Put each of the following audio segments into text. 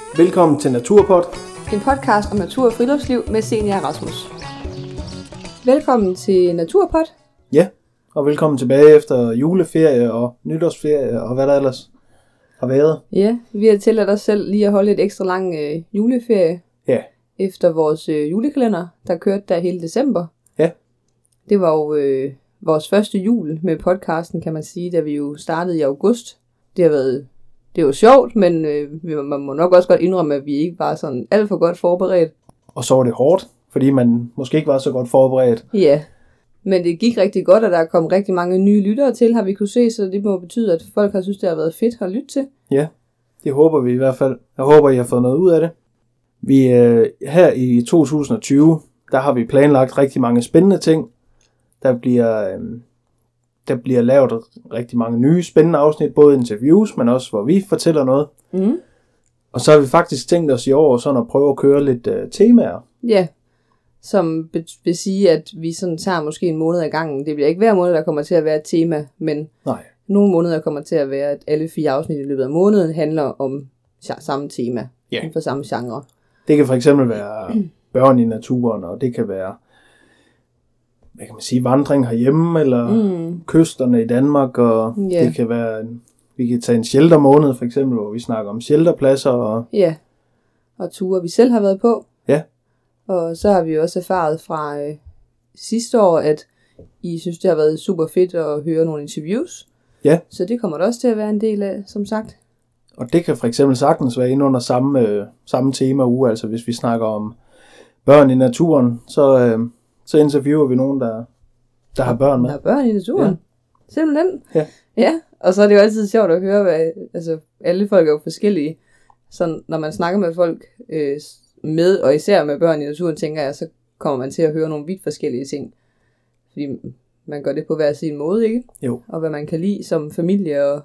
Velkommen til Naturpod. En podcast om natur og friluftsliv med Senior Rasmus. Velkommen til Naturpod. Ja, og velkommen tilbage efter juleferie og nytårsferie og hvad der ellers har været. Ja, vi har tilladt os selv lige at holde et ekstra lang juleferie. Ja. Efter vores julekalender, der kørte der hele december. Ja. Det var jo vores første jul med podcasten, kan man sige, da vi jo startede i august. Det var sjovt, men man må nok også godt indrømme, at vi ikke var sådan alt for godt forberedt. Og så var det hårdt, fordi man måske ikke var så godt forberedt. Ja, men det gik rigtig godt, og der kom rigtig mange nye lyttere til, har vi kunne se, så det må betyde, at folk har synes, det har været fedt at lytte til. Ja, det håber vi i hvert fald. Jeg håber, I har fået noget ud af det. Vi her i 2020, der har vi planlagt rigtig mange spændende ting. Der bliver lavet rigtig mange nye spændende afsnit, både interviews, men også hvor vi fortæller noget. Mm. Og så har vi faktisk tænkt os i år sådan at prøve at køre lidt temaer. Ja, som vil sige, at vi sådan tager måske en måned ad gangen. Det bliver ikke hver måned, der kommer til at være et tema, men nogle måneder kommer til at være, at alle 4 afsnit i løbet af måneden handler om samme tema, inden for samme genre. Det kan for eksempel være børn i naturen, og det kan være, hvad kan man sige, vandring herhjemme, eller kysterne i Danmark, og det kan være, vi kan tage en sheltermåned for eksempel, hvor vi snakker om shelterpladser. Og ture, vi selv har været på. Ja. Og så har vi også erfaret fra sidste år, at I synes, det har været super fedt at høre nogle interviews. Ja. Så det kommer der også til at være en del af, som sagt. Og det kan for eksempel sagtens være inde under samme tema uge, altså hvis vi snakker om børn i naturen, så interviewer vi nogen, der har børn med. Der har børn i naturen? Ja. Simpelthen? Ja. Ja, og så er det jo altid sjovt at høre, altså alle folk er jo forskellige. Så når man snakker med folk med, og især med børn i naturen, tænker jeg, så kommer man til at høre nogle vidt forskellige ting. Fordi man gør det på hver sin måde, ikke? Jo. Og hvad man kan lide som familie, og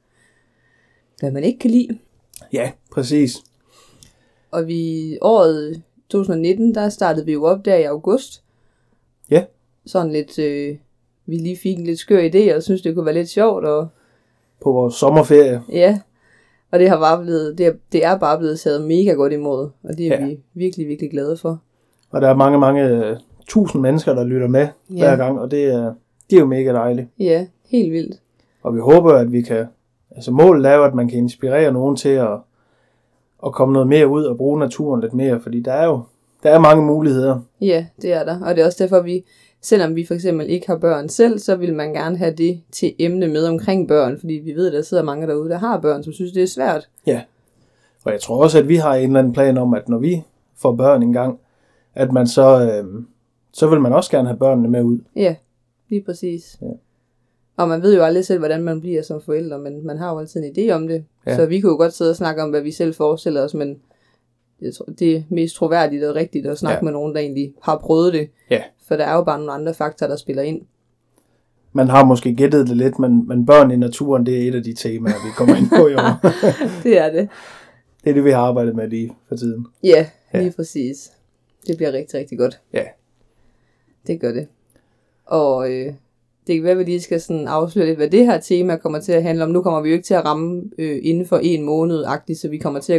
hvad man ikke kan lide. Ja, præcis. Og året 2019, der startede vi jo op der i august. Ja. Sådan lidt, vi lige fik en lidt skør idé, og synes det kunne være lidt sjovt. Og på vores sommerferie. Ja, og det er bare blevet taget mega godt imod, og det er vi virkelig, virkelig glade for. Og der er mange tusind mennesker, der lytter med hver gang, og det er jo mega dejligt. Ja, helt vildt. Og vi håber, at vi kan, altså målet er jo, at man kan inspirere nogen til at komme noget mere ud og bruge naturen lidt mere, fordi der er mange muligheder. Ja, det er der, og det er også derfor, selvom vi for eksempel ikke har børn selv, så vil man gerne have det til emne med omkring børn, fordi vi ved, at der sidder mange derude, der har børn, som synes, det er svært. Ja, og jeg tror også, at vi har en eller anden plan om, at når vi får børn engang, at man så vil man også gerne have børnene med ud. Ja, lige præcis. Ja. Og man ved jo aldrig selv, hvordan man bliver som forældre, men man har jo altid en idé om det. Ja. Så vi kunne jo godt sidde og snakke om, hvad vi selv forestiller os, men jeg tror, det er mest troværdigt og rigtigt at snakke med nogen, der egentlig har prøvet det. Ja. For der er jo bare nogle andre faktorer, der spiller ind. Man har måske gættet det lidt, men børn i naturen, det er et af de temaer, vi kommer ind på i år. Det er det. Det er det, vi har arbejdet med lige for tiden. Ja, lige præcis. Det bliver rigtig, rigtig godt. Ja. Det gør det. Og det kan være, at vi lige skal sådan afsløre lidt, hvad det her tema kommer til at handle om. Nu kommer vi jo ikke til at ramme inden for 1 måned-agtigt, så vi kommer til at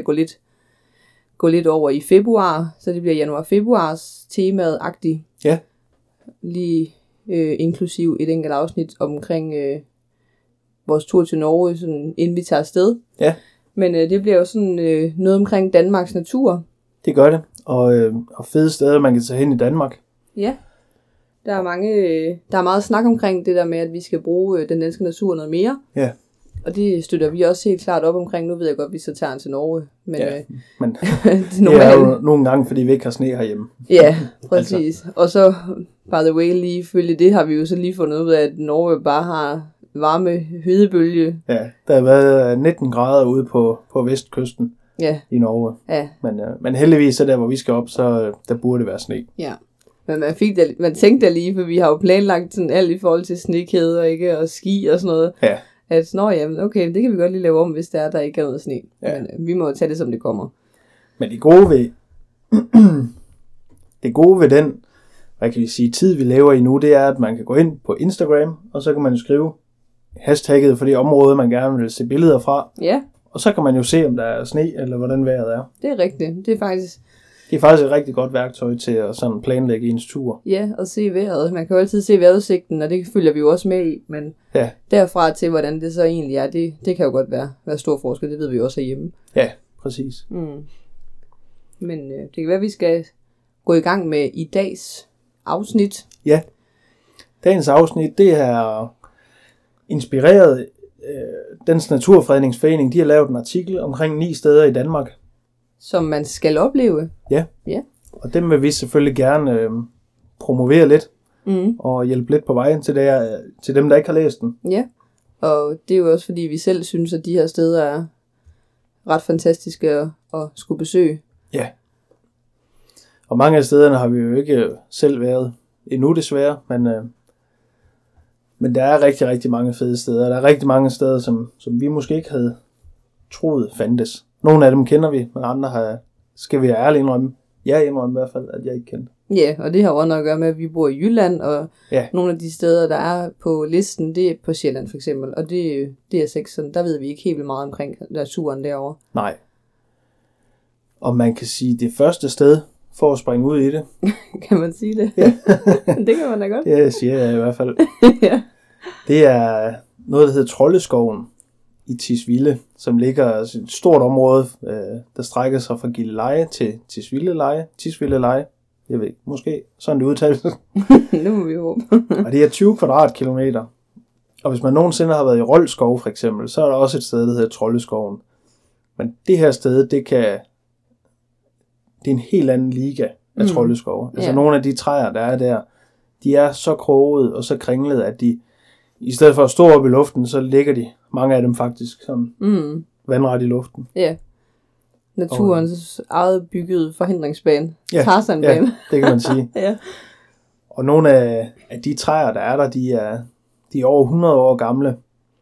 gå lidt over i februar. Så det bliver januar-februars temaet-agtigt. Ja. Lige inklusiv et enkelt afsnit omkring vores tur til Norge, sådan, inden vi tager afsted. Ja. Men det bliver jo sådan noget omkring Danmarks natur. Det gør det. Og fede steder, man kan tage hen i Danmark. Ja. Der er meget snak omkring det der med, at vi skal bruge den danske natur noget mere. Ja. Og det støtter vi også helt klart op omkring. Nu ved jeg godt, at vi så tager den til Norge. Men det er jo nogle gange, fordi vi ikke har sne herhjemme. Ja, præcis. Altså. Og så, by the way, lige følge det har vi jo så lige fundet ud af, at Norge bare har varme hedebølge. Ja, der har været 19 grader ude på vestkysten i Norge. Ja. Men heldigvis, så der hvor vi skal op, så der burde det være sne. Ja. Men man tænkte da lige, for vi har jo planlagt sådan alt i forhold til snekæder, ikke, og ski og sådan noget. Ja. At okay, det kan vi godt lige lave om, hvis der ikke er noget sne. Ja. Men vi må jo tage det, som det kommer. Men det gode ved den, hvad kan vi sige, tid vi lever i nu, det er, at man kan gå ind på Instagram, og så kan man skrive hashtagget for det område, man gerne vil se billeder fra. Ja. Og så kan man jo se, om der er sne, eller hvordan vejret er. Det er rigtigt. Det er faktisk et rigtig godt værktøj til at sådan planlægge ens tur. Ja, og se vejret. Man kan jo altid se vejrudsigten, og det følger vi jo også med i. Men derfra til, hvordan det så egentlig er, det kan jo godt være stor forskel. Det ved vi jo også herhjemme. Ja, præcis. Men det kan være, at vi skal gå i gang med i dags afsnit. Ja, dagens afsnit, det er inspireret. Dansk Naturfredningsforening, de har lavet en artikel omkring 9 steder i Danmark. Som man skal opleve. Ja. Og dem vil vi selvfølgelig gerne promovere lidt. Og hjælpe lidt på vejen til dem, der ikke har læst den. Ja, og det er jo også fordi, vi selv synes, at de her steder er ret fantastiske at skulle besøge. Ja. Og mange af stederne har vi jo ikke selv været endnu desværre, men der er rigtig, rigtig mange fede steder. Der er rigtig mange steder, som vi måske ikke havde troet fandtes. Nogle af dem kender vi, men andre skal vi ærligt indrømme. Jeg indrømme i hvert fald, at jeg ikke kendte. Ja, og det har også noget at gøre med, at vi bor i Jylland, og nogle af de steder, der er på listen, det er på Sjælland for eksempel. Og det er sådan, der ved vi ikke helt meget omkring naturen derovre. Nej. Og man kan sige, det første sted for at springe ud i det. Kan man sige det? Ja. Det kan man da godt. Det siger jeg i hvert fald. Ja. Det er noget, der hedder Troldeskoven i Tisvilde, som ligger et stort område, der strækker sig fra Gilleleje til Tisvildeleje. Jeg ved ikke, måske sådan det udtales. Det må vi håbe. Og det er 20 kvadratkilometer. Og hvis man nogensinde har været i Roldskov for eksempel, så er der også et sted, der hedder Troldeskoven. Men det her sted, det er en helt anden liga af troldeskove. Altså nogle af de træer, der er der, de er så krogede og så kringlede, at de, i stedet for at stå op i luften, så ligger de, mange af dem faktisk, som vandret i luften. Ja. Naturens eget byggede forhindringsbane. Ja, Tarzanbane. Det kan man sige. Ja. Og nogle af de træer, der er der, de er over 100 år gamle.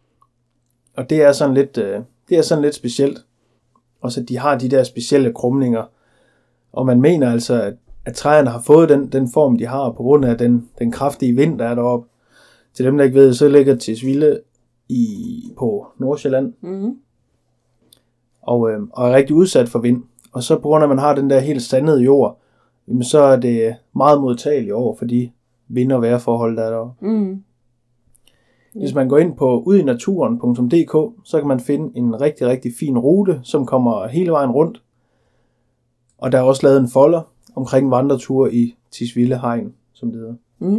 Og det er sådan lidt specielt. Og så de har de der specielle krumninger. Og man mener altså, at træerne har fået den form, de har, på grund af den kraftige vind, der er deroppe. Til dem, der ikke ved, så ligger Tisvilde på Nordsjælland. Og er rigtig udsat for vind. Og så på grund af, at man har den der helt sandede jord, jamen, så er det meget modtageligt over for de vind- og vejrforhold, der er deroppe. Hvis man går ind på udinaturen.dk, så kan man finde en rigtig, rigtig fin rute, som kommer hele vejen rundt. Og der er også lavet en folder omkring vandretur i Tisvilde Hegn, som det hedder.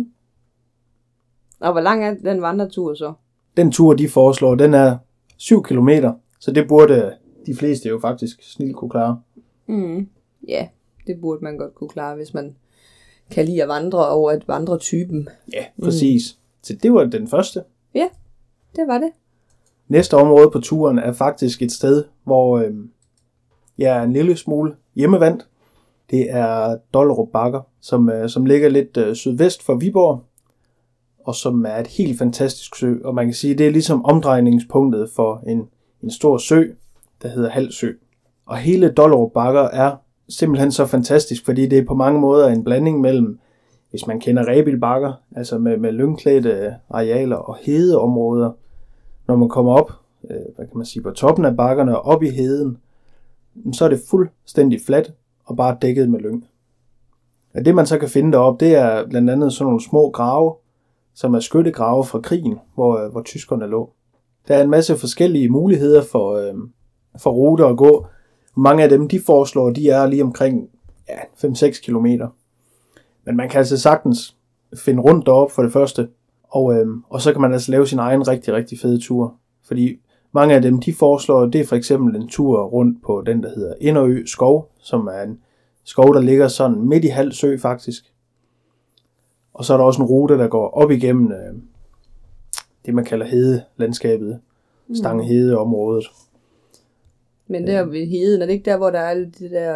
Og hvor lang er den vandretur så? Den tur, de foreslår, den er 7 kilometer, så det burde de fleste jo faktisk snilt kunne klare. Ja, det burde man godt kunne klare, hvis man kan lide at vandre over et vandretypen. Ja, præcis. Så det var den første. Ja, det var det. Næste område på turen er faktisk et sted, hvor jeg er en lille smule hjemmevandt. Det er Dollerup Bakker, som ligger lidt sydvest for Viborg, og som er et helt fantastisk sø. Og man kan sige, det er ligesom omdrejningspunktet for en stor sø, der hedder Halsø. Og hele Dollerup Bakker er simpelthen så fantastisk, fordi det er på mange måder en blanding mellem, hvis man kender Rebild Bakker, altså med lyngklædte arealer og hedeområder. Når man kommer op, på toppen af bakkerne og op i heden, så er det fuldstændig fladt og bare dækket med lyng. Og det man så kan finde deroppe, det er blandt andet sådan nogle små grave, som er skyttegrave fra krigen, hvor tyskerne lå. Der er en masse forskellige muligheder for ruter at gå. Mange af dem, de foreslår, de er lige omkring 5-6 kilometer. Men man kan altså sagtens finde rundt deroppe for det første, og så kan man altså lave sin egen rigtig, rigtig fede tur. Fordi mange af dem, de foreslår, det er for eksempel en tur rundt på den, der hedder Inderø Skov, som er en skov, der ligger sådan midt i Halsø faktisk. Og så er der også en rute, der går op igennem det, man kalder hedelandskabet, Stangehedeområdet. Men der ved heden, er det ikke der, hvor der er det der,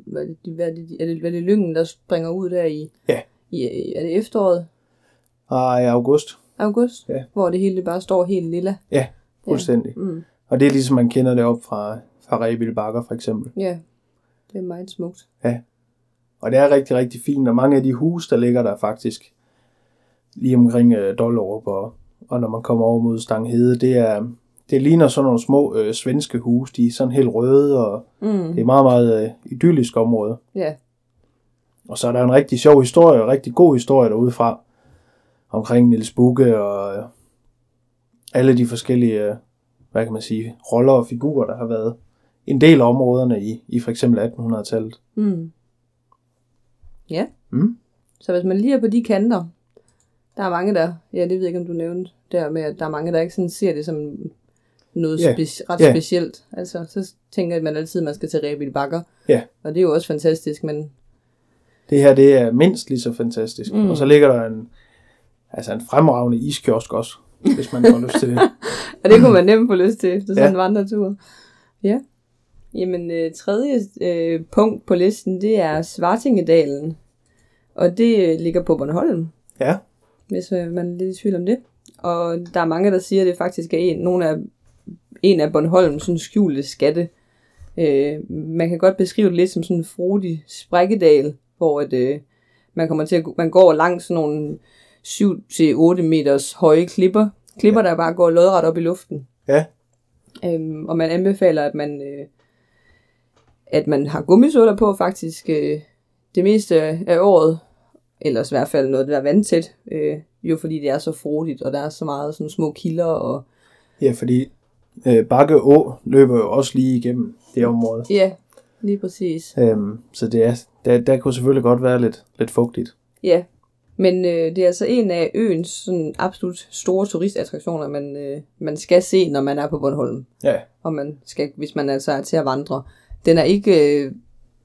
er det lyngen, der springer ud der i, er det efteråret? I august. August? Ja. Hvor det hele bare står helt lilla? Ja, fuldstændig. Ja. Og det er ligesom man kender det op fra Rebild Bakker for eksempel. Ja, det er meget smukt. Ja, og det er rigtig, rigtig fint, og mange af de huse, der ligger der faktisk lige omkring Dollerup, og når man kommer over mod Stanghede, det det ligner sådan nogle små svenske huse. De er sådan helt røde, og det er meget, meget idyllisk område. Ja. Og så er der en rigtig sjov historie, og rigtig god historie derudefra, omkring Niels Bugge og alle de forskellige, hvad kan man sige, roller og figurer, der har været en del af områderne i for eksempel 1800-tallet. Ja. Så hvis man lige er på de kanter, der er mange der, ja, det ved jeg ikke, om du nævnte, der med, at der er mange, der ikke sådan ser det som noget ret specielt. Altså, så tænker jeg, at man altid, man skal til Rebild Bakker. Ja. Og det er jo også fantastisk, men... Det her, det er mindst lige så fantastisk. Og så ligger der en fremragende iskiosk også, hvis man får lyst til det. Og det kunne man nemt få lyst til efter sådan en vandretur. Ja. Jamen, tredje punkt på listen, det er Svartingedalen. Og det ligger på Bornholm. Ja. Hvis man er lidt i tvivl om det. Og der er mange, der siger, at det faktisk er en af Bornholms sådan skjulte skatte. Man kan godt beskrive det lidt som sådan en frodig sprækkedal, hvor man går langs sådan nogle 7-8 meters høje klipper. Klipper, der bare går lodret op i luften. Ja. Og man anbefaler, at man har gummisåler på faktisk det meste af året. Ellers i hvert fald noget, der er vandtæt. Jo fordi det er så frodigt, og der er så meget sådan små kilder. Og... Ja, fordi Bakke Å løber jo også lige igennem det område. Ja, lige præcis. Så der kunne selvfølgelig godt være lidt fugtigt. Ja, men det er altså en af øens sådan absolut store turistattraktioner, man skal se, når man er på Bornholm. Ja. Og man skal, hvis man altså er til at vandre. Den er ikke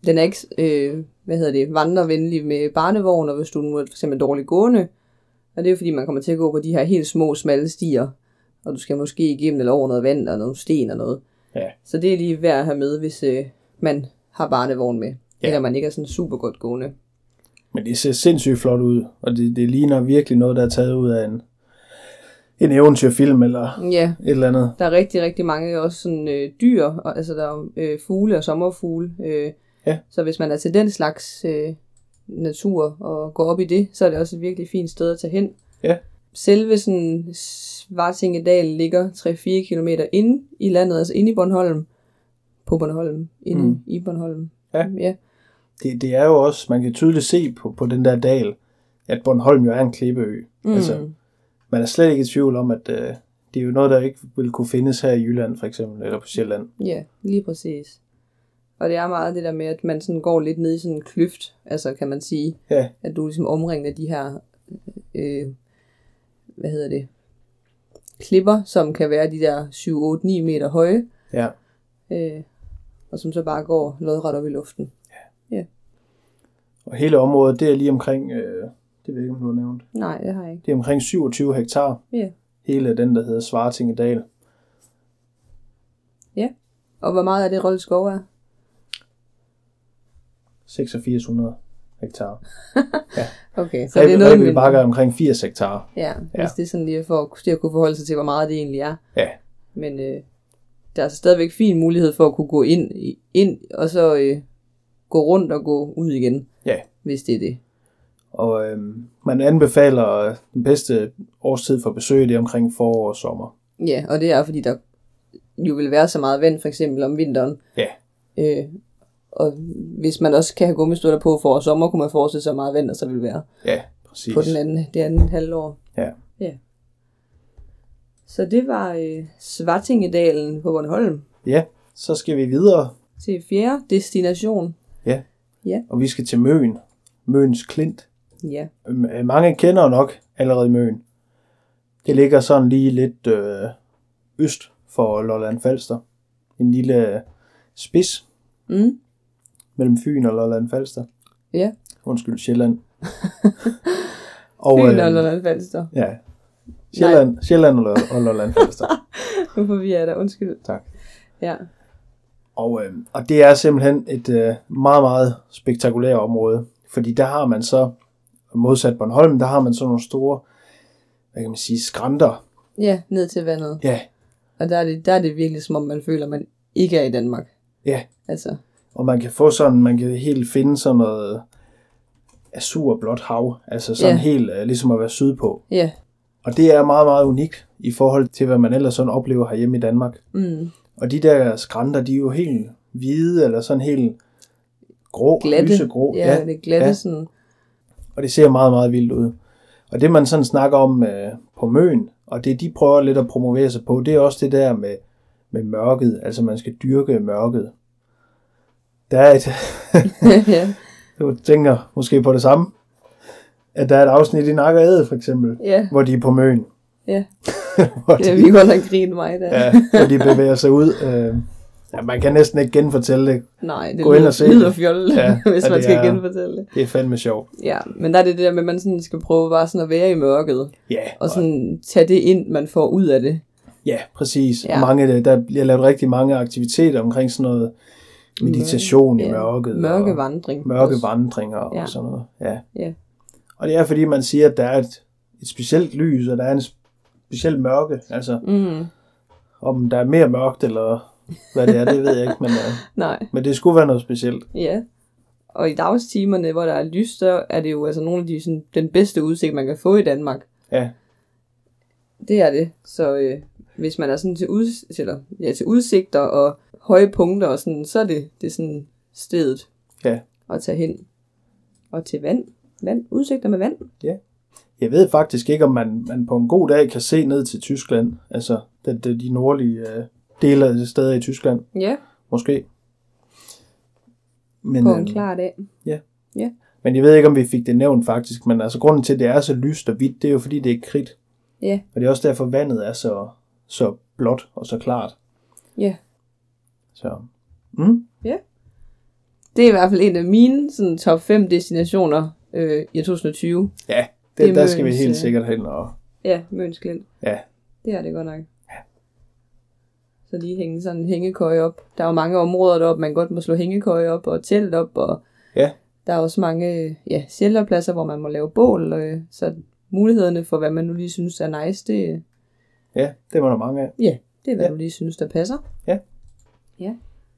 vandrevenlig med barnevogn, og hvis du nu er for eksempel dårligt gående. Og det er fordi, man kommer til at gå på de her helt små, smalle stier, og du skal måske igennem eller over noget vand og nogle sten og noget. Ja. Så det er lige værd at have med, hvis man har barnevogn med, eller man ikke er sådan super godt gående. Men det ser sindssygt flot ud, og det ligner virkelig noget, der er taget ud af en eventyrfilm eller et eller andet. Der er rigtig, rigtig mange også sådan dyr, og, altså der er fugle og sommerfugle. Så hvis man er til den slags natur og går op i det, så er det også et virkelig fint sted at tage hen. Ja. Selve sådan Svartingedalen ligger 3-4 kilometer inde i landet, altså inde i Bornholm. På Bornholm. Inde i Bornholm. Ja. Det er jo også, man kan tydeligt se på den der dal, at Bornholm jo er en klippeø. Altså, man er slet ikke i tvivl om, at det er jo noget, der ikke vil kunne findes her i Jylland, for eksempel, eller på Sjælland. Ja, lige præcis. Og det er meget det der med, at man sådan går lidt ned i sådan en kløft, altså kan man sige, at du ligesom omringer de her, klipper, som kan være de der 7-8-9 meter høje, og som så bare går lodret op i luften. Ja. Og hele området, det er lige omkring, det ved jeg ikke, om du har nævnt. Nej, det har jeg ikke. Det er omkring 27 hektar. Ja. Hele den, der hedder Svartingedal. Ja. Og hvor meget af det Rold Skov er? 8600 hektar. Ja. Okay, så det er noget mindre. Bakker omkring 80 hektar. Ja, hvis det er sådan lige for at kunne forholde sig til, hvor meget det egentlig er. Ja. Men der er altså stadigvæk fin mulighed for at kunne gå ind og så gå rundt og gå ud igen. Ja. Hvis det er det. Og man anbefaler den bedste årstid for besøg, det er omkring forår og sommer. Ja, og det er fordi, der jo vil være så meget vand, for eksempel om vinteren. Ja. Og hvis man også kan have gummistøvler på for sommer, kunne man forestille sig meget vand, og så vil være præcis. på det andet halvår. Ja. Så det var Svartingedalen på Bornholm. Ja, så skal vi videre. Til 4. destination. Ja. Og vi skal til Møn. Møns Klint. Ja. Mange kender nok allerede Møn. Det ligger sådan lige lidt øst for Lolland Falster. En lille spids. Mellem Fyn og Lolland Falster. Ja. Undskyld, Sjælland. Og, Fyn og Lolland Falster. Ja. Sjælland og Lolland Falster. Nu får vi der. Undskyld. Tak. Ja. Og det er simpelthen et meget, meget spektakulært område. Fordi der har man så, modsat Bornholm, der har man sådan nogle store, hvad kan man sige, skrænter. Ja, ned til vandet. Ja. Og der er det virkelig, som om man føler, at man ikke er i Danmark. Ja. Altså. Og man kan helt finde sådan noget azurblåt hav. Altså sådan helt ligesom at være sydpå. Ja. Og det er meget, meget unikt i forhold til, hvad man ellers sådan oplever herhjemme i Danmark. Og de der skrænter, de er jo helt hvide, eller sådan helt grå, glatte. Lysegrå. Ja, det er glatte sådan. Og det ser meget, meget vildt ud. Og det man sådan snakker om på Møn, og det de prøver lidt at promovere sig på, det er også det der med mørket. Altså man skal dyrke mørket. Der er et... Ja. Du tænker måske på det samme. At der er et afsnit i Nak og Æd for eksempel, hvor de er på Møn. Ja, det er vi godt nok grine mig der. Ja, hvor de bevæger sig ud. Ja, man kan næsten ikke genfortælle det. Nej, det lyder fjollet, hvis man skal genfortælle det. Det er fandme sjovt. Ja, men der er det der med, at man sådan skal prøve bare sådan at være i mørket. Ja. Og sådan tage det ind, man får ud af det. Ja, præcis. Ja. Og der bliver lavet rigtig mange aktiviteter omkring sådan noget meditation i mørket. Mørkevandring. Mørkevandringer og sådan noget. Ja. Og det er fordi, man siger, at der er et specielt lys, og der er en speciel mørke. Altså, om der er mere mørkt, eller hvad det er, det ved jeg ikke. Men, nej. Men det skulle være noget specielt. Ja. Og i dagstimerne, hvor der er lys, der er det jo altså nogle af de sådan, den bedste udsigt, man kan få i Danmark. Ja. Det er det. Så hvis man er sådan til udsigter og høje punkter og sådan, så er det sådan stedet at tage hen. Og til vand. Udsigter med vand. Ja. Jeg ved faktisk ikke, om man på en god dag kan se ned til Tyskland. Altså de nordlige dele af det steder i Tyskland. Ja. Måske. Men, på en klar dag. Ja. Men jeg ved ikke, om vi fik det nævnt faktisk. Men altså grunden til, at det er så lyst og hvidt, det er jo fordi, det er kridt. Ja. Og det er også derfor, vandet er så blåt og så klart. Ja. Så. Ja. Det er i hvert fald en af mine sådan, top 5 destinationer i 2020. Ja, der skal vi helt sikkert hen. Ja, Møns Klint. Ja. Det er det godt nok. Ja. Så lige hænge sådan en hængekøje op. Der er jo mange områder deroppe, man godt må slå hængekøje op og telt op. Og der er også mange shelterpladser, hvor man må lave bål. Så mulighederne for, hvad man nu lige synes er nice, det... Ja, det var der mange af. Ja, det er, hvad du lige synes, der passer. Ja. Ja.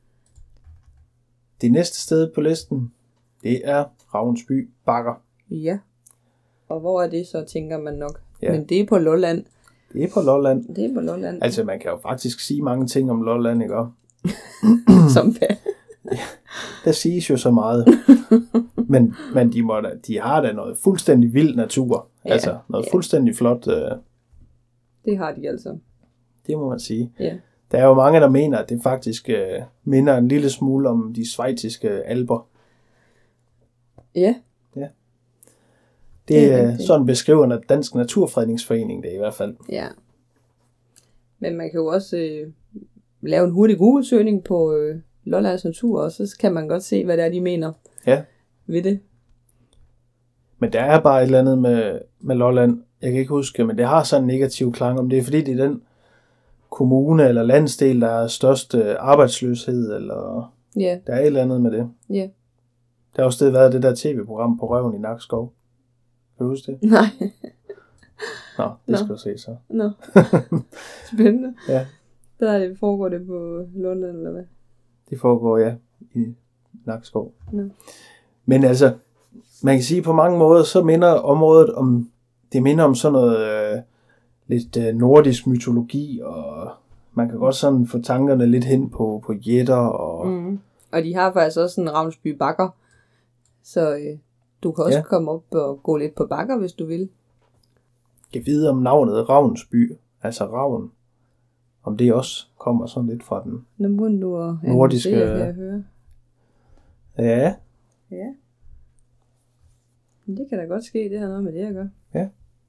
Det næste sted på listen, det er Ravnsby Bakker. Ja. Og hvor er det så, tænker man nok? Ja. Men det er på Lolland. Det er på Lolland. Det er på Lolland. Altså, man kan jo faktisk sige mange ting om Lolland, ikke? Som hvad? Der siges jo så meget. men de har da noget fuldstændig vild natur. Ja, altså, noget fuldstændig flot. Det har de altså. Det må man sige. Ja. Der er jo mange, der mener, at det faktisk minder en lille smule om de schweiziske alper. Ja. Det er sådan beskriver en Dansk Naturfredningsforening det i hvert fald. Ja. Men man kan jo også lave en hurtig Google-søgning på Lollands natur, og så kan man godt se, hvad det er, de mener ved det. Men der er bare et eller andet med Lolland. Jeg kan ikke huske, men det har sådan en negativ klang om det. Fordi det er den kommune eller landsdel, der er størst arbejdsløshed, eller der er et eller andet med det. Ja. Der har også været det der tv-program på Røven i Nakskov. Kan du huske det? Nej. Nå, det skal du se så. Nå. Spændende. Ja. Der foregår det på Lolland, eller hvad? Det foregår, i Nakskov. Nå. Men altså, man kan sige på mange måder, så minder området om sådan noget lidt nordisk mytologi, og man kan godt sådan få tankerne lidt hen på jætter. Og de har faktisk også en Ravnsby Bakker, så du kan også komme op og gå lidt på bakker, hvis du vil. Jeg ved om navnet Ravnsby, altså Ravn, om det også kommer sådan lidt fra den nordiske... Jeg høre. Ja. Ja. Men det kan da godt ske, det har noget med det at gøre. Ja.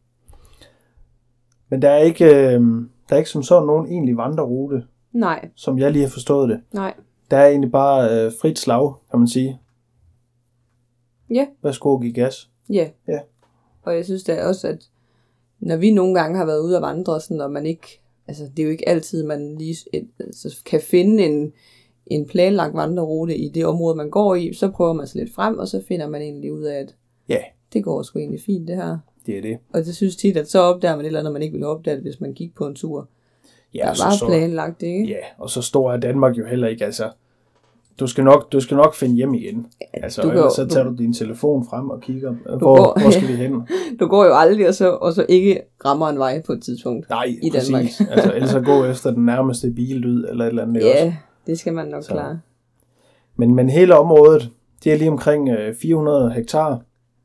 Men der er ikke som sådan nogen egentlig vandrerute. Nej. Som jeg lige har forstået det. Nej. Der er egentlig bare frit slag, kan man sige. Ja. Værsgo, giv gas. Ja. Og jeg synes da også, at når vi nogle gange har været ude at vandre, sådan, og man ikke, altså det er jo ikke altid, man lige kan finde en planlagt vandrerute i det område, man går i, så prøver man sig lidt frem, og så finder man egentlig ud af, at det går sgu egentlig fint, det her. Det er det. Og det synes tit, at så opdager man et eller andet, man ikke ville opdage det, hvis man gik på en tur. Ja, der var planlagt, ikke? Ja, og så stor er Danmark jo heller ikke, altså. Du skal nok finde hjem igen. Altså, så tager du din telefon frem og kigger, hvor skal vi hen? Du går jo aldrig, og så ikke rammer en vej på et tidspunkt. Nej, i Danmark. Altså, ellers så gå efter den nærmeste billyd, eller et eller andet. Ja, også. Det skal man nok klare. Men hele området, det er lige omkring 400 hektar.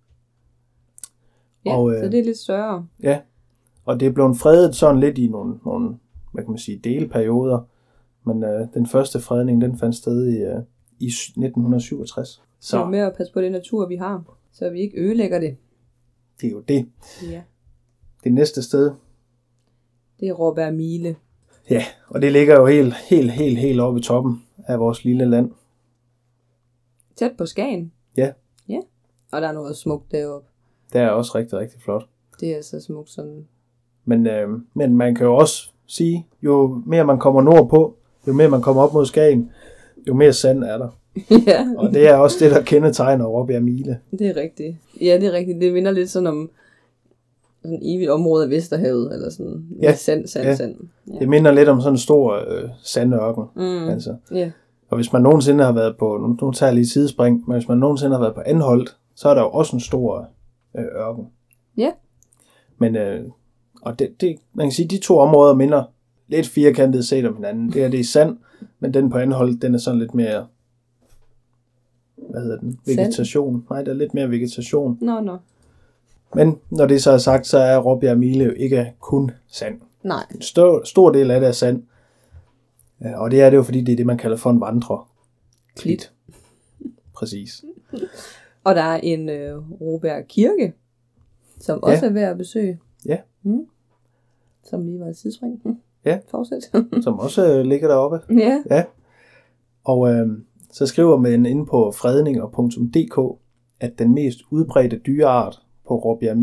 Ja, og, så det er lidt større. Ja, og det er blevet fredet sådan lidt i nogle hvad kan man sige, delperioder. Men den første fredning, den fandt sted i 1967. Så det er med at passe på det natur, vi har, så vi ikke ødelægger det. Det er jo det. Ja. Det næste sted. Det er Råbjerg Mile. Ja, og det ligger jo helt oppe i toppen af vores lille land. Tæt på Skagen. Ja. Ja, og der er noget smukt deroppe. Det er også rigtig, rigtig flot. Det er så smukt sådan. Men man kan jo også sige, jo mere man kommer nordpå, jo mere man kommer op mod Skagen, jo mere sand er der. Ja. Og det er også det, der kendetegner Råbjerg Mile. Det er rigtigt. Ja, det er rigtigt. Det minder lidt sådan om sådan et evigt område af Vesterhavet, eller sådan. Ja. Sand. Ja. Det minder lidt om sådan en stor sandørken. Altså. Ja. Og hvis man nogensinde har været på, nu tager jeg lige sidespring, men hvis man nogensinde har været på Anholt, så er der jo også en stor ørken. Ja. Men, og det, man kan sige, de to områder minder lidt firkantet set om hinanden. Det er sand, men den på Anholt, den er sådan lidt mere, hvad hedder den? Vegetation. Sand? Nej, der er lidt mere vegetation. Nå. Men når det så er sagt, så er Råbjerg Mile jo ikke kun sand. Nej. En stor del af det er sand. Og det er det jo, fordi det er det, man kalder for en vandreklit. Præcis. Og der er en Råbjerg Kirke, som også er værd at besøge. Ja. Som lige var et tidsspring. Ja. Fortsæt. Som også ligger deroppe. Ja. Og så skriver man inde på fredninger.dk, at den mest udbredte dyreart på Råbjerg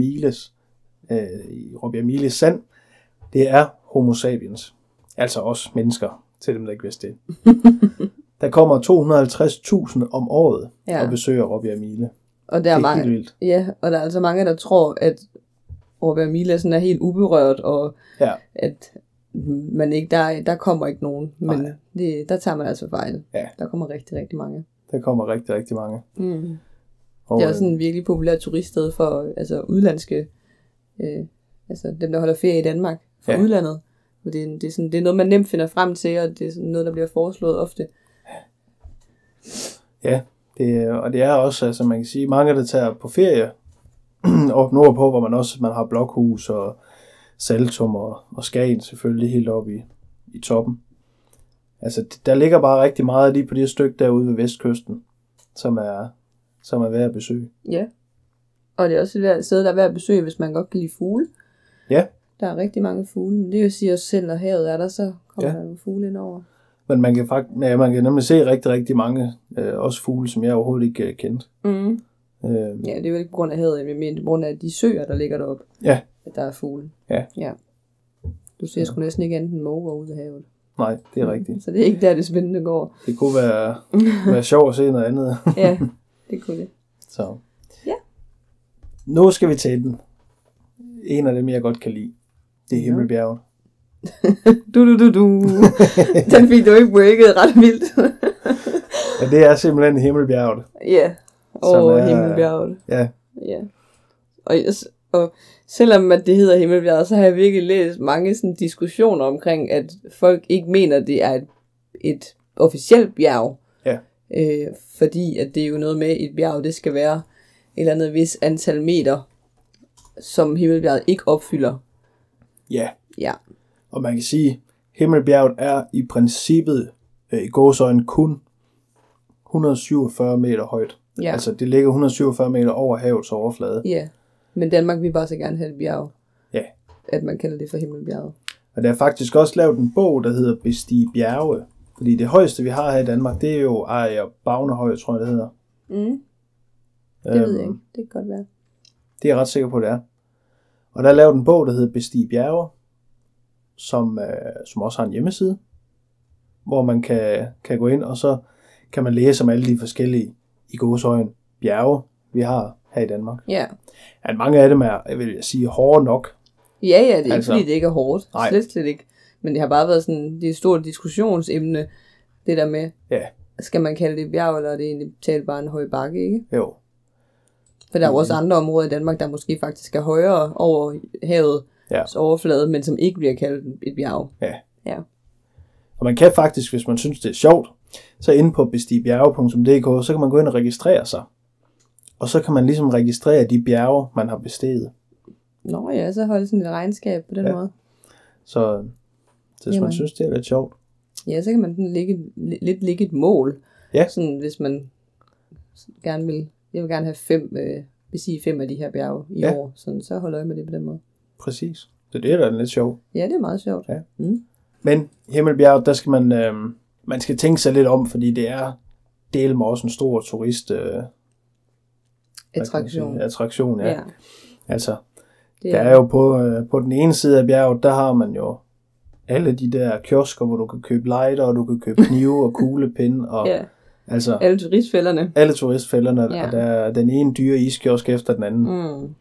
Miles sand, det er Homo sapiens. Altså os mennesker, til dem der ikke vidste det. Der kommer 250.000 om året og besøger Råbjerg Mile. Og der er helt vildt. Ja, og der er altså mange, der tror, at Råbjerg Mile sådan er helt uberørt, og at man ikke, der kommer ikke nogen. Men der tager man altså fejl. Ja. Der kommer rigtig, rigtig mange. Der kommer rigtig, rigtig mange. Og, det er også sådan en virkelig populær turiststed for udlandske, altså dem, der holder ferie i Danmark, fra udlandet. Og det er noget, man nemt finder frem til, og det er sådan noget, der bliver foreslået ofte. Ja, og det er også, altså man kan sige, mange, der tager på ferie op nordpå, hvor man har Blokhus og Saltum og Skagen selvfølgelig helt oppe i toppen. Altså, der ligger bare rigtig meget lige på det stykke derude ved vestkysten, som er værd at besøge. Ja, og det er også et sted, der er værd at besøge, hvis man godt kan lide fugle. Ja. Der er rigtig mange fugle, men det vil sige også selv, når havet er der, så kommer der nogle fugle ind over. Men man kan nemlig se rigtig, rigtig mange, også fugle, som jeg overhovedet ikke kendte. Ja, det er jo ikke på grund af havet, men på grund af de søer, der ligger deroppe, at der er fugle. Ja. Du ser sgu næsten ikke enten måger ude af havet. Nej, det er rigtigt. Så det er ikke der, det spændende går. Det kunne være sjovt at se noget andet. Ja, det kunne det. Så. Ja. Nu skal vi til den. En af dem, jeg godt kan lide. Det er Himmelbjerget. Du. Den fik du ikke breaket ret vildt. Ja, det er simpelthen Himmelbjerget. Ja, Himmelbjerget. Ja. Og selvom at det hedder Himmelbjerget, så har jeg virkelig læst mange sådan diskussioner omkring, at folk ikke mener, at det er et officielt bjerg. Ja. Fordi at det er jo noget med, et bjerg, det skal være et eller andet vis antal meter, som Himmelbjerget ikke opfylder. Ja. Og man kan sige, at Himmelbjerget er i princippet i gåseøjne kun 147 meter højt. Ja. Altså det ligger 147 meter over havets overflade. Ja, men Danmark vil bare så gerne have et bjerg. Ja. At man kalder det for Himmelbjerget. Og der er faktisk også lavet en bog, der hedder Bestige bjerge. Fordi det højeste, vi har her i Danmark, det er jo Ejer Bagnehøj, tror jeg det hedder. Det ved jeg ikke. Det kan godt være. Det er jeg ret sikker på, det er. Og der er lavet en bog, der hedder Bestige bjerge, som også har en hjemmeside, hvor man kan gå ind, og så kan man læse om alle de forskellige i gåseøjne bjerge, vi har her i Danmark. Ja. At mange af dem er, jeg vil sige, hårde nok. Ja, det er ikke fordi, det ikke er hårdt. Slet ikke. Men det har bare været sådan, det er et stort diskussionsemne, det der med, skal man kalde det bjerg, eller er det egentlig talt bare en høj bakke, ikke? Jo. For der er jo også andre områder i Danmark, der måske faktisk er højere over havets overflade, men som ikke bliver kaldt et bjerg. Ja. Og man kan faktisk, hvis man synes, det er sjovt, så inde på bestigbjerge.dk, så kan man gå ind og registrere sig. Og så kan man ligesom registrere de bjerge, man har besteget. Nå ja, så holde sådan et regnskab på den måde. Så hvis man synes, det er lidt sjovt. Ja, så kan man lægge et mål. Ja. Sådan, hvis man gerne vil, jeg vil gerne have besige 5 af de her bjerge i år. Sådan, så holder jeg med det på den måde. Præcis. Det er lidt sjovt. Ja, det er meget sjovt. Ja. Men Himmelbjerget, der skal man skal tænke sig lidt om, fordi det er del med også en stor turist attraktion, ja. Altså, der er jo på den ene side af bjerget, der har man jo alle de der kiosker, hvor du kan købe lighter, og du kan købe knive og kuglepinde, og altså alle turistfælderne, og der er den ene dyre iskiosk efter den anden.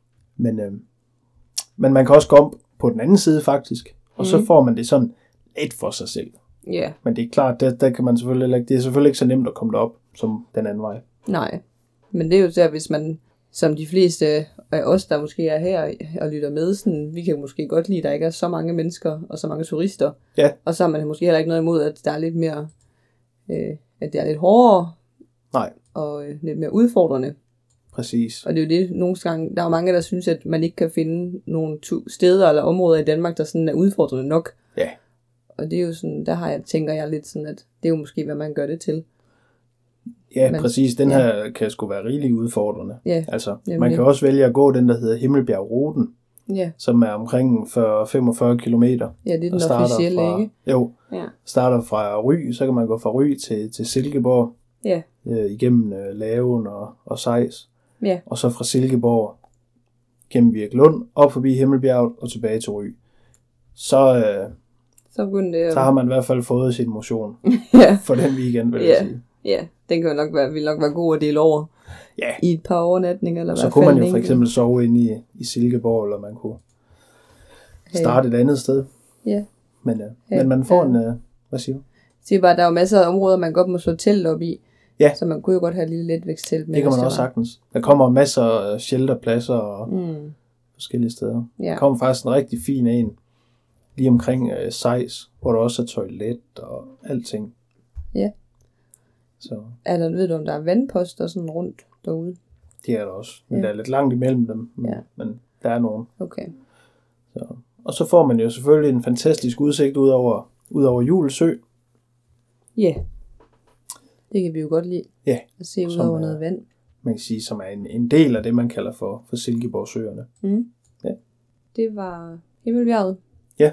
Men man kan også gå om på den anden side faktisk, og så får man det sådan lidt for sig selv. Yeah. Men det er klart, der kan man selvfølgelig det er selvfølgelig ikke så nemt at komme derop som den anden vej. Nej, men det er jo der, hvis man, som de fleste af os, der måske er her og lytter med, sådan, vi kan måske godt lide, at der ikke er så mange mennesker og så mange turister. Ja. Og så har man måske heller ikke noget imod, at der er lidt mere, at det er lidt hårdere. Nej. Og lidt mere udfordrende. Præcis. Og det er jo det, nogle gange, der er mange, der synes, at man ikke kan finde nogle steder eller områder i Danmark, der sådan er udfordrende nok. Ja. Og det er jo sådan, tænker jeg lidt sådan, at det er jo måske, hvad man gør det til. Ja, præcis. Den her kan sgu være rigtig udfordrende. Ja. Altså, man kan også vælge at gå den, der hedder Himmelbjergruten, som er omkring 45 kilometer. Ja, det er den officielle, ikke? Jo. Ja. Starter fra Ry, så kan man gå fra Ry til Silkeborg. Ja. Igennem Laven og Sejs. Ja. Og så fra Silkeborg gennem Virklund, op forbi Himmelbjerget og tilbage til Ry. Så har man i hvert fald fået sin motion for den weekend, vil jeg sige. Ja, den kan vil nok være god at dele over i et par overnatninger. Eller så kunne man jo for eksempel sove inde i Silkeborg, eller man kunne starte et andet sted. Ja. Men man får en... Hvad siger du? Det er bare, der er jo masser af områder, man godt må slå telt op i. Ja. Så man kunne jo godt have et lille letvægtstelt med. Det kan man også sagtens. Der kommer masser af shelterpladser og forskellige steder. Ja. Der kommer faktisk en rigtig fin en lige omkring Sejs, hvor der også er toilet og alting. Ja. Så. Ved du, om der er vandposter sådan rundt derude? Det er der også. Men der er lidt langt imellem dem. Men der er nogen. Okay. Så. Og så får man jo selvfølgelig en fantastisk udsigt ud over Julesø. Ja. Det kan vi jo godt lide. Ja. At se ud over noget vand. Man kan sige, som er en del af det, man kalder for Silkeborgsøerne. Ja. Det var Himmelbjerget. Ja.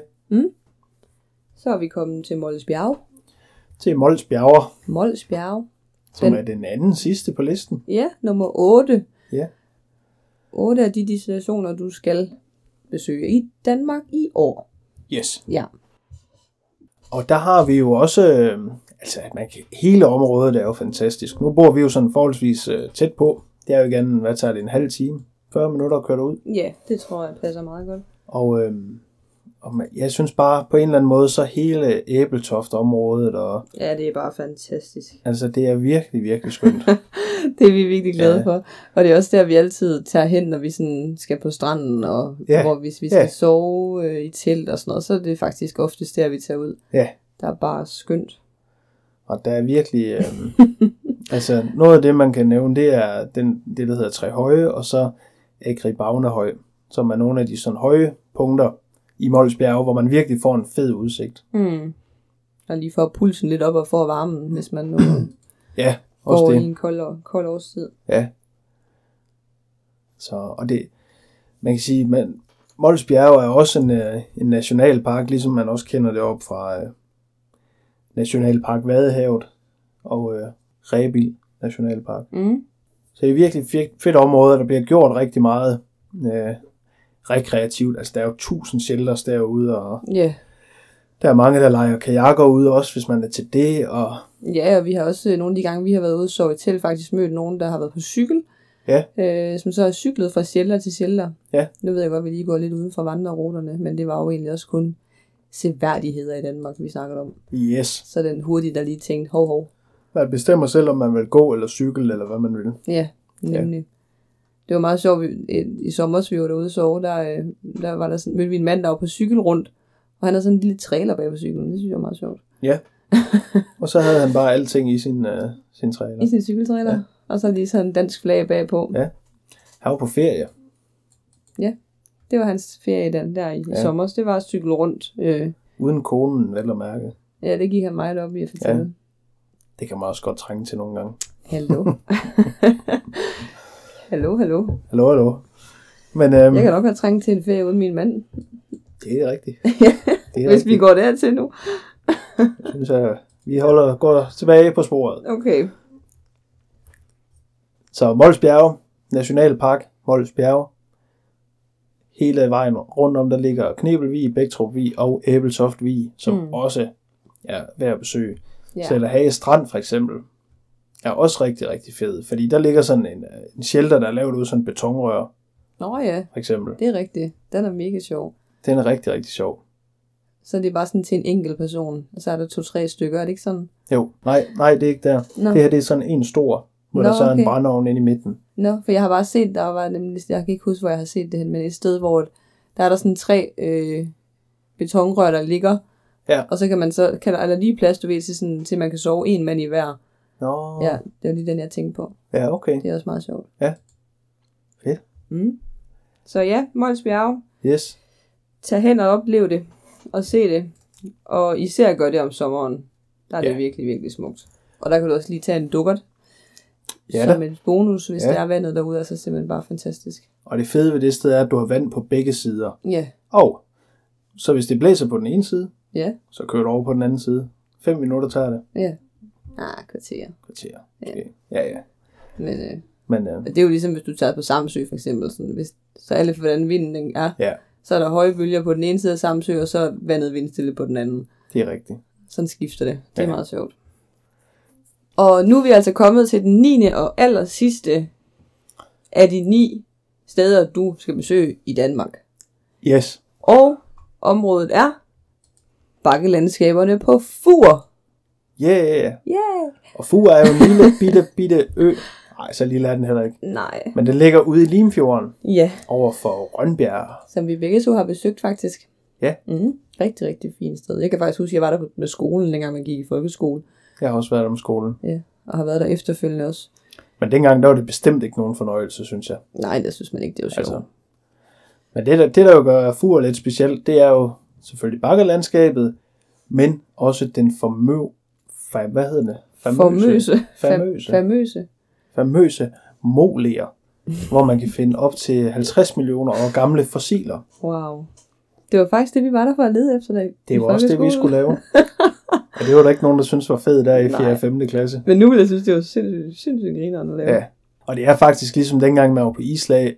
Så er vi kommet til Mols Bjerge. Til Mols Bjerge. Mols Bjerge. Som er den anden sidste på listen. Ja, nummer 8. Ja. 8 af de destinationer, du skal besøge i Danmark i år. Yes. Ja. Og der har vi jo også, hele området er jo fantastisk. Nu bor vi jo sådan forholdsvis tæt på. Det er jo igen, hvad tager det, en halv time? 40 minutter at køre derud. Ja, det tror jeg passer meget godt. Og jeg synes bare, på en eller anden måde, så hele Æbeltoft-området og... Ja, det er bare fantastisk. Altså, det er virkelig, virkelig skønt. Det er vi virkelig glade for. Og det er også der, vi altid tager hen, når vi sådan skal på stranden, og hvor hvis vi skal sove i telt og sådan noget, så er det faktisk oftest der, vi tager ud. Ja. Der er bare skønt. Og der er virkelig... altså, noget af det, man kan nævne, det er det, der hedder Trehøje, og så Agribavnehøj, som er nogle af de sådan høje punkter i Mols Bjerge, hvor man virkelig får en fed udsigt. Og lige får pulsen lidt op og får varmen, hvis man nu går i en kold årstid. Ja. Så, og det, man kan sige, men Mols Bjerge er også en nationalpark, ligesom man også kender det op fra Nationalpark Vadehavet og Rebild Nationalpark. Så det er virkelig fedt område, der bliver gjort rigtig meget rekreativt. Altså der er jo 1000 shelters derude, og der er mange, der leger kajakker ude også, hvis man er til det. Og vi har også nogle af de gange, vi har været ude og sove i telt, faktisk mødt nogen, der har været på cykel. Ja. Som så har cyklet fra shelter til shelter. Ja. Nu ved jeg godt, at vi lige går lidt uden for vandreruterne, men det var jo egentlig også kun seværdigheder i Danmark, vi snakkede om. Yes. Så den hurtigt, der lige tænkte, hov. Man bestemmer selv, om man vil gå eller cykle, eller hvad man vil. Ja, nemlig. Ja. Det var meget sjovt. I sommer, vi var derude og sove, der var der sådan, mødte vi en mand, der var på cykel rundt, og han havde sådan en lille trailer bag på cyklen. Det synes jeg var meget sjovt. Ja. Og så havde han bare alting i sin trailer. I sin cykeltrailer. Ja. Og så lige sådan en dansk flag bagpå. Ja. Han var på ferie. Ja. Det var hans ferie der i sommer. Det var at cykle rundt. Uden konen, vel at mærke. Ja, det gik han meget op i at fortælle. Ja. Det kan man også godt trænge til nogle gange. Hallo. Hallo. Men, jeg kan nok have trængt til en ferie uden min mand. Det er rigtigt. Hvis vi går dertil nu. Jeg synes, at vi går tilbage på sporet. Okay. Så Mols Bjerge, Nationalpark, Mols Bjerge. Hele vejen rundt om, der ligger Knebelvig, Bæktrup-Vig og Æbeltoft-Vig, som også er værd at besøge. Ja. Eller Hage Strand for eksempel er også rigtig, rigtig fed, fordi der ligger sådan en shelter, der er lavet ud af sådan en betonrør. Nå ja, for eksempel. Det er rigtigt. Den er mega sjov. Den er rigtig, rigtig sjov. Så det er bare sådan til en enkelt person, og så er der 2-3 stykker, er det ikke sådan? Jo, nej, det er ikke der. Nå. Det her, det er sådan en stor, hvor der så er en brændeovn inde i midten. Nå, for jeg har bare set, der var nemlig, jeg kan ikke huske, hvor jeg har set det hen, men et sted, hvor der er der sådan 3 betonrør, der ligger, og så kan man så, er der lige plads, du ved, til man kan sove en mand i hver. Nå. Ja, det var lige den, jeg tænkte på. Ja, okay. Det er også meget sjovt. Ja. Fedt. Så ja, Mols Bjerge. Yes. Tag hen og oplev det, og se det. Og især gør det om sommeren. Der er det virkelig, virkelig smukt. Og der kan du også lige tage en dukkert. Ja, som et bonus, hvis der er vandet derude, er så simpelthen bare fantastisk. Og det fede ved det sted er, at du har vand på begge sider. Ja. Og så hvis det blæser på den ene side, så kører du over på den anden side. 5 minutter tager det. Ja. Kvarter. Okay. Ja. Men det er jo ligesom, hvis du tager på Samsø for eksempel. Sådan, så alle for hvordan vinden er, så er der høje bølger på den ene side af Samsø, og så er vandet vindstille på den anden. Det er rigtigt. Sådan skifter det. Det er meget sjovt. Og nu er vi altså kommet til den 9. og aller sidste af de 9 steder, du skal besøge i Danmark. Yes. Og området er bakkelandskaberne på Fur. Yeah. Og Fur er jo en lille bitte ø. Nej, så lille er den heller ikke. Nej. Men den ligger ude i Limfjorden. Ja. Over for Rønbjerg. Som vi begge to har besøgt faktisk. Ja. Rigtig, rigtig fint sted. Jeg kan faktisk huske, at jeg var der med skolen, dengang man gik i folkeskole. Jeg har også været der med skolen. Ja, og har været der efterfølgende også. Men dengang, der var det bestemt ikke nogen fornøjelse, synes jeg. Nej, det synes man ikke, det var sjovt. Altså, men det der jo gør Fur lidt specielt, det er jo selvfølgelig bakkelandskabet, men også den famøse molier, hvor man kan finde op til 50 millioner år gamle fossiler. Wow. Det var faktisk det, vi var der for at lede efter. Det var også det, vi skulle lave. Og det var der ikke nogen, der synes var fedt der i 4. og 5. klasse. Men nu vil jeg synes, det var sindssygt grineren at lave. Ja, og det er faktisk ligesom dengang, man var på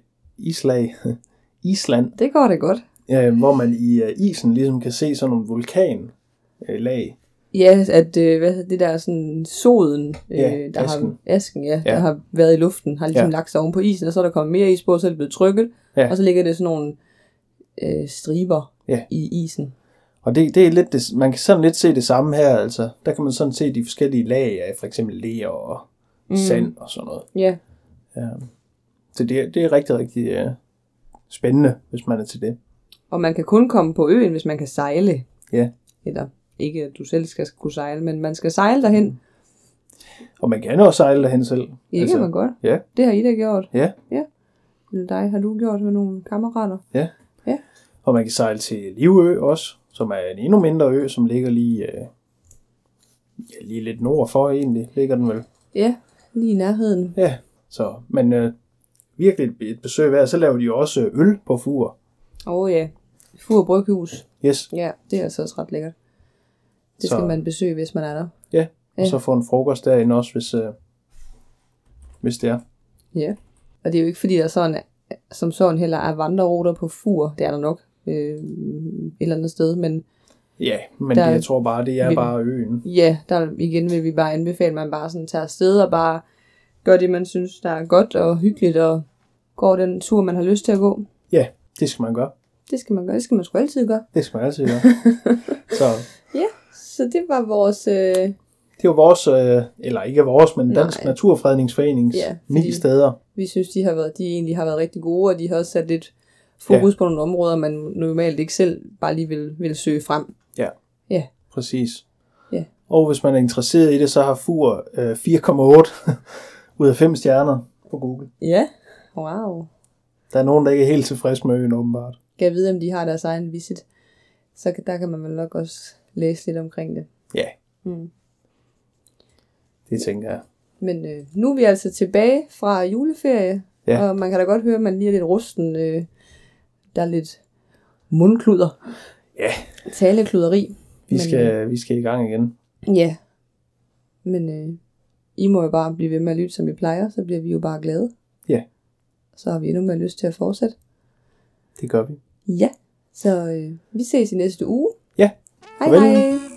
Island. Det går det godt. Hvor man i isen ligesom kan se sådan nogle vulkanlag. Ja, at det der sådan soden, der asken, der har været i luften, har ligesom lagt sig oven på isen, og så er der kommet mere is på, så er det blevet trykket, og så ligger det sådan nogle striber i isen. Og det er lidt det, man kan sådan lidt se det samme her, altså. Der kan man sådan se de forskellige lag af for eksempel ler og sand og sådan noget. Ja. Så det er rigtig, rigtig spændende, hvis man er til det. Og man kan kun komme på øen, hvis man kan sejle. Ja. Eller ikke, at du selv skal kunne sejle, men man skal sejle derhen. Og man kan også sejle derhen selv. Ja, det kan man godt. Ja. Det har I da gjort. Ja. Eller dig har du gjort med nogle kammerater. Ja. Og man kan sejle til Livø også, som er en endnu mindre ø, som ligger lige lidt nord for egentlig, ligger den vel. Ja, lige i nærheden. Ja, så, men virkelig et besøg værd. Så laver de jo også øl på Fur. Ja, Fur Bryghus. Yes. Ja, det er altså også ret lækkert. Det skal man besøge, hvis man er der. Ja, og så få en frokost derinde også, hvis det er. Ja, og det er jo ikke fordi, der sådan, som sådan heller er vandreruter på Fur. Det er der nok et eller andet sted, men... Ja, men jeg tror bare, det er bare øen. Ja, der igen vil vi bare anbefale, at man bare sådan tager afsted og bare gør det, man synes, der er godt og hyggeligt, og går den tur, man har lyst til at gå. Ja, det skal man gøre. Det skal man gøre. Det skal man sgu altid gøre. Det skal man altid gøre. Så. Ja, så det var vores Det er jo vores, eller ikke vores, men Dansk Naturfredningsforenings 9 steder. Vi synes, de egentlig har været rigtig gode, og de har også sat lidt fokus på nogle områder, man normalt ikke selv bare lige vil søge frem. Ja, præcis. Ja. Og hvis man er interesseret i det, så har FUR 4,8 ud af 5 stjerner på Google. Ja, wow. Der er nogen, der ikke er helt tilfreds med øen, åbenbart. Kan jeg vide, om de har deres egen visit? Så der kan man vel nok også læse lidt omkring det. Ja. Det tænker jeg. Men nu er vi altså tilbage fra juleferie, og man kan da godt høre, at man lige er lidt rusten. Der er lidt mundkluder. Ja. Talekluderi. Vi skal i gang igen. Ja. Men I må jo bare blive ved med at lytte, som vi plejer, så bliver vi jo bare glade. Ja. Så har vi endnu mere lyst til at fortsætte. Det gør vi. Ja. Så vi ses i næste uge. Ja. Hej hej.